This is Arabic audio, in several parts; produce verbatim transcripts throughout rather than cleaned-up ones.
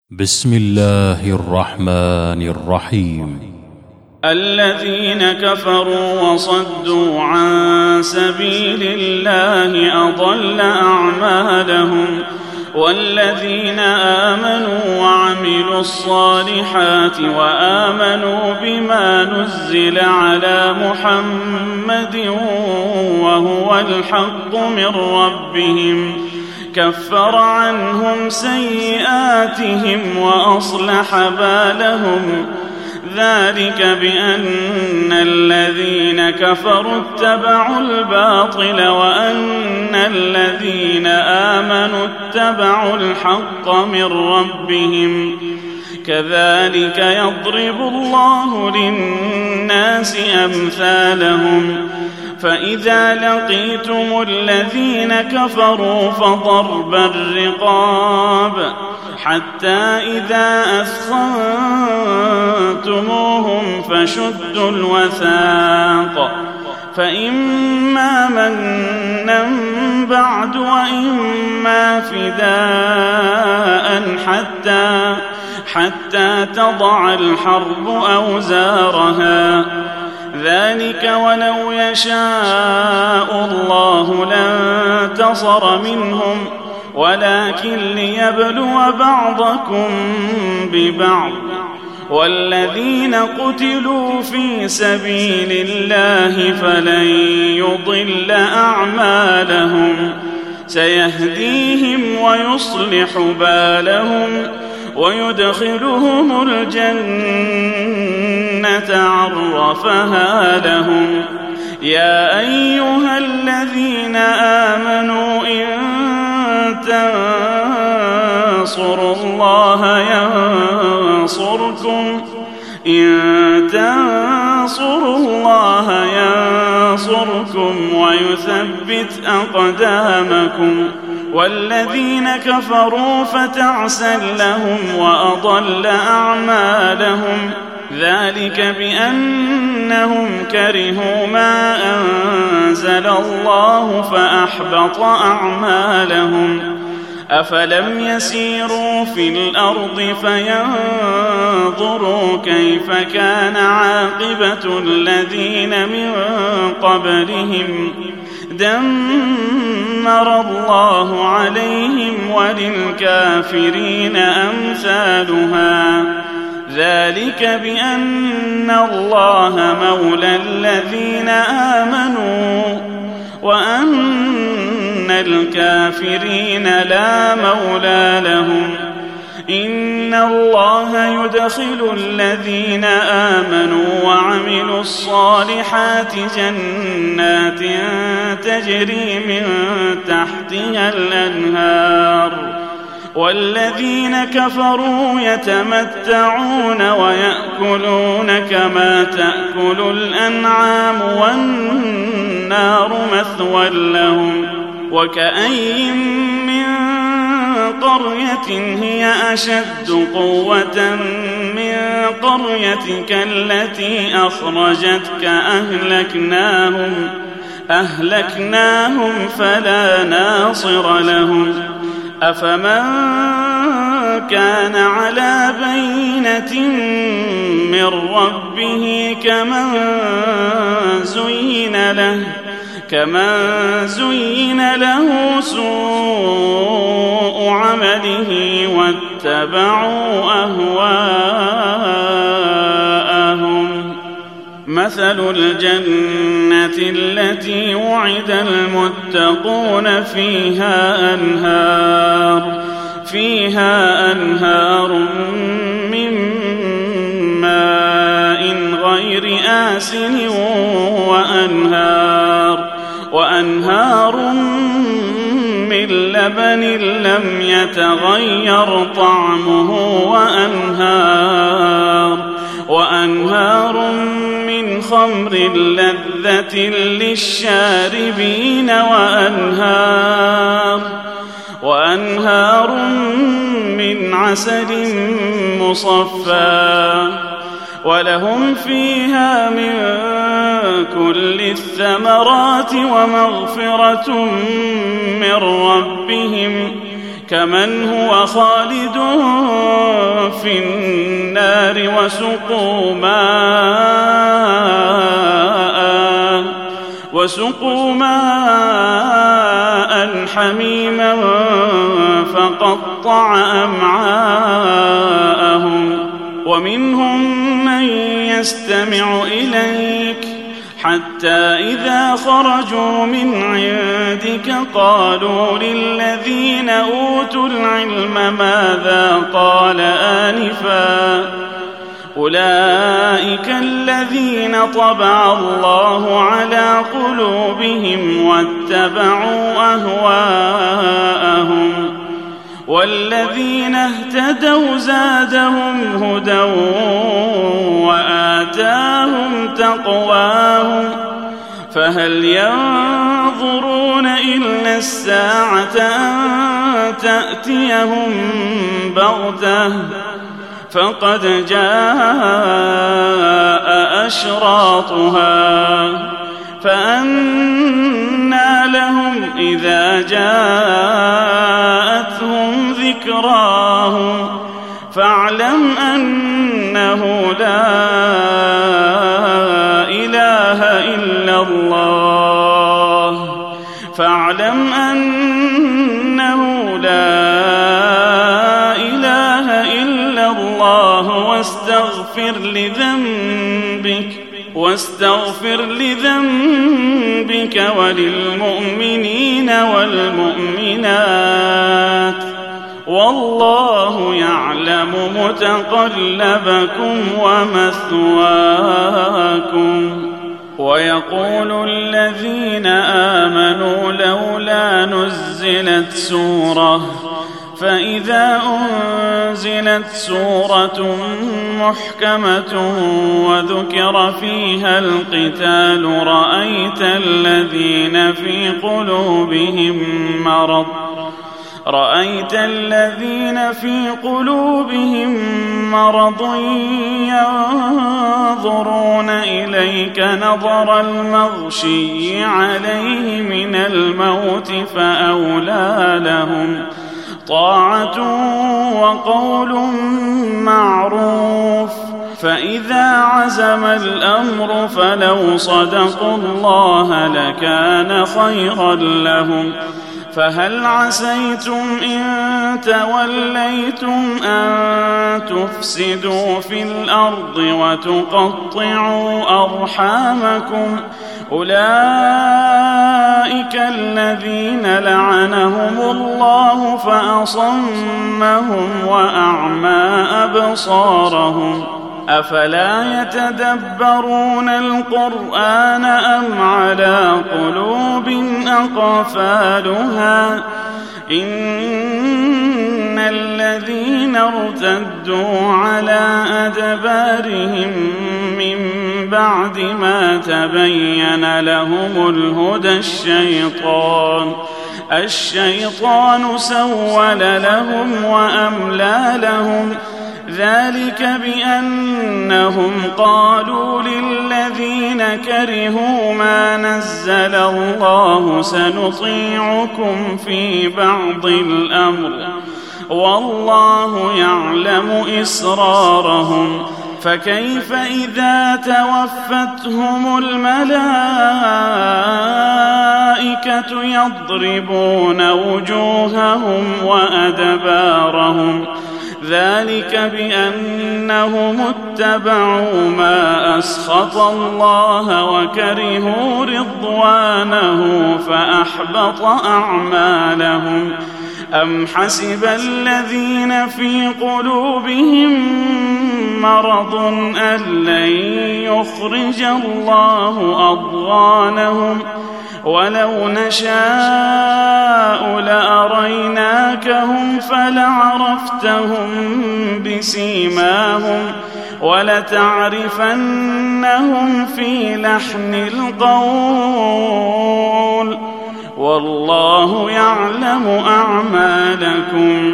بسم الله الرحمن الرحيم. الذين كفروا وصدوا عن سبيل الله أضل أعمالهم، والذين آمنوا وعملوا الصالحات وآمنوا بما نزل على محمد وهو الحق من ربهم كفر عنهم سيئاتهم وأصلح بالهم، ذلك بأن الذين كفروا اتبعوا الباطل وأن الذين آمنوا اتبعوا الحق من ربهم، كذلك يضرب الله للناس أمثالهم. فإذا لقيتم الذين كفروا فضرب الرقاب حتى إذا أثخنتموهم فشدوا الوثاق، فإما منا بعد وإما فداء حتى حتى تضع الحرب أوزارها، ذلك ولو يشاء الله لانتصر منهم ولكن ليبلو بعضكم ببعض، والذين قتلوا في سبيل الله فلن يضل أعمالهم، سيهديهم ويصلح بالهم ويدخلهم الجنة عرفها لهم. يا أيها الذين آمنوا إن تنصروا الله ينصركم إن تنصروا الله ينصركم ويثبت أقدامكم، والذين كفروا فتعسا لهم وأضل أعمالهم، ذلك بأنهم كرهوا ما أنزل الله فأحبط أعمالهم. أفلم يسيروا في الأرض فينظروا كيف كان عاقبة الذين من قبلهم، دمر الله عليهم وللكافرين أمثالها، ذلك بأن الله مولى الذين آمنوا وأن الكافرين لا مولى لهم. إن الله يدخل الذين آمنوا وعملوا الصالحات جنات تجري من تحتها الأنهار، والذين كفروا يتمتعون ويأكلون كما تأكل الأنعام والنار مثوى لهم. وكأين من قرية هي أشد قوة من قريتك التي أخرجتك أهلكناهم أهلكناهم فلا ناصر لهم. أفمن كان على بينة من ربه كمن زين له كمن زين له سوء عمله واتبعوا أهواءهم. مثل الجنة التي وعد المتقون فيها أنهار فيها أنهار من ماء غير آسن وأنهار وأنهار من لبن لم يتغير طعمه وأنهار وأنهار من خمر لذة للشاربين وأنهار وأنهار من عسل مصفى، ولهم فيها من كل الثمرات ومغفرة من ربهم كمن هو خالد في النار وسقوا ماء وسقوا ماء حميما فقطع أمعاءهم ومنهم من يستمع إليك حتى إذا خرجوا من عندك قالوا للذين أوتوا العلم ماذا قال آنفا أولئك الذين طبع الله على قلوبهم واتبعوا أهواءهم والذين اهتدوا زادهم هدى وآتاهم تقواهم فهل ينظرون إلا الساعة أن تأتيهم بغتة فقد جاء أشراطها فأنى لهم إذا جاءتهم ذكراهم فاعلم أنه لا إله إلا الله فاعلم أنه لا إله إلا الله واستغفر لذنبك واستغفر لذنبك وللمؤمنين والمؤمنات والله يعلم متقلبكم ومثواكم ويقول الذين آمنوا لولا نزلت سورة فإذا أنزلت سورة محكمة وذكر فيها القتال رأيت الذين في قلوبهم مرض رأيت الذين في قلوبهم مرض ينظرون إليك نظر المغشي عليه من الموت فأولى لهم طاعة وقول معروف فإذا عزم الأمر فلو صدقوا الله لكان خيرا لهم فهل عسيتم إن توليتم أن تفسدوا في الأرض وتقطعوا أرحامكم أولئك الذين لعنهم الله فأصمهم وأعمى أبصارهم أفلا يتدبرون القرآن أم على قلوب أقفالها إن الذين ارتدوا على أدبارهم من بعد ما تبين لهم الهدى الشيطان الشيطان سول لهم وأملى لهم ذلك بأنهم قالوا للذين كرهوا ما نزل الله سنطيعكم في بعض الأمر والله يعلم إسرارهم فكيف إذا توفتهم الملائكة يضربون وجوههم وأدبارهم ذلك بأنهم اتبعوا ما أسخط الله وكرهوا رضوانه فأحبط أعمالهم أم حسب الذين في قلوبهم مرض أن لن يخرج الله أضغانهم ولو نشاء لأريناكهم فلعرفتهم بسيماهم ولتعرفنهم في لحن القول والله يعلم أعمالكم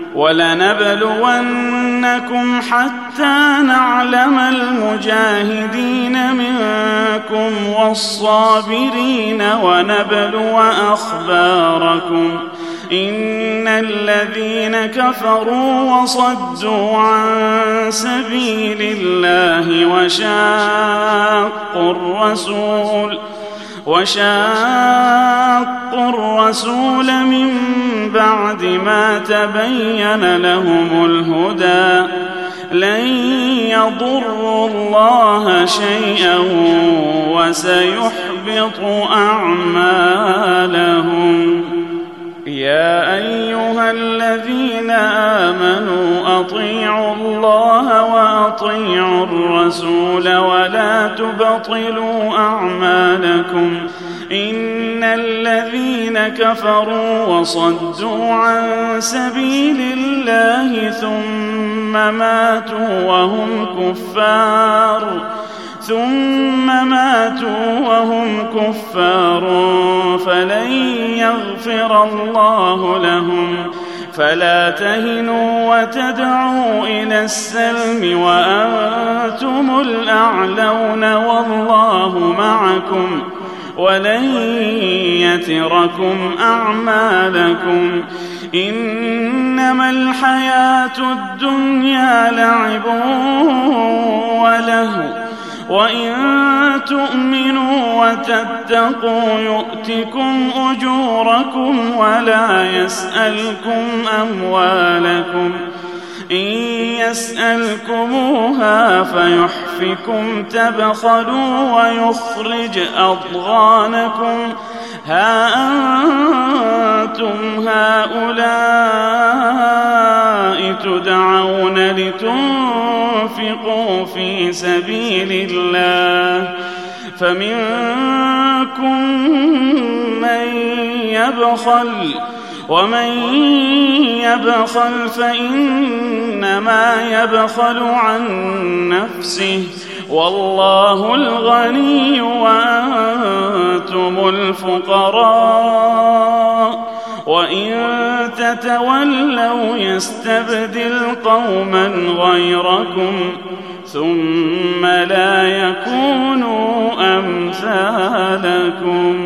ولنبلونكم حتى نعلم المجاهدين منكم والصابرين ونبلو أخباركم إن الذين كفروا وصدوا عن سبيل الله وشاقوا الرسول وشاقوا الرسول من بعد ما تبين لهم الهدى لن يضروا الله شيئا وسيحبط أعمالهم. يا أيها الذين آمنوا أطيعوا الله وأطيعوا الرسول ولا تبطلوا أعمالكم إن الذين كفروا وصدوا عن سبيل الله ثم ماتوا وهم كفار ثم ماتوا وهم كفار فلن يغفر الله لهم فلا تهنوا وتدعوا إلى السلم وأنتم الأعلون والله معكم ولن يتركم أعمالكم. إنما الحياة الدنيا لعب ولهو وإن تؤمنوا وتتقوا يؤتكم أجوركم ولا يسألكم أموالكم إن يسألكموها فيحفكم تبخلوا ويخرج أضغانكم ها أنتم هؤلاء تدعون لتنفقوا في سبيل الله فمنكم من يبخل ومن يبخل فإنما يبخل عن نفسه والله الغني وأنتم الفقراء وإن تتولوا يستبدل قوما غيركم ثم لا يكونوا أمثالكم.